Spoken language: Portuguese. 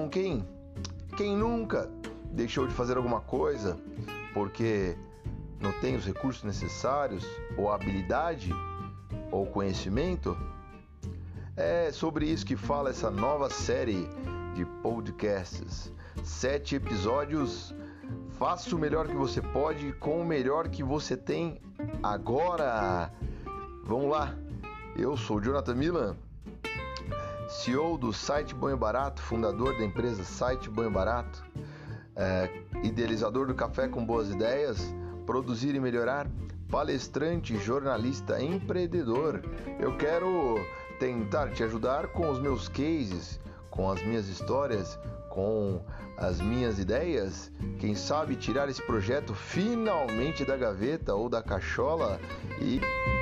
Então quem nunca deixou de fazer alguma coisa porque não tem os recursos necessários, ou habilidade, ou conhecimento? É sobre isso que fala essa nova série de podcasts. 7 episódios. Faça o melhor que você pode com o melhor que você tem agora. Vamos lá. Eu sou o Jonathan Milan, CEO do Site Bom e Barato, fundador da empresa Site Bom e Barato, idealizador do Café com Boas Ideias, produzir e melhorar, palestrante, jornalista, empreendedor. Eu quero tentar te ajudar com os meus cases, com as minhas histórias, com as minhas ideias. Quem sabe tirar esse projeto finalmente da gaveta ou da cachola e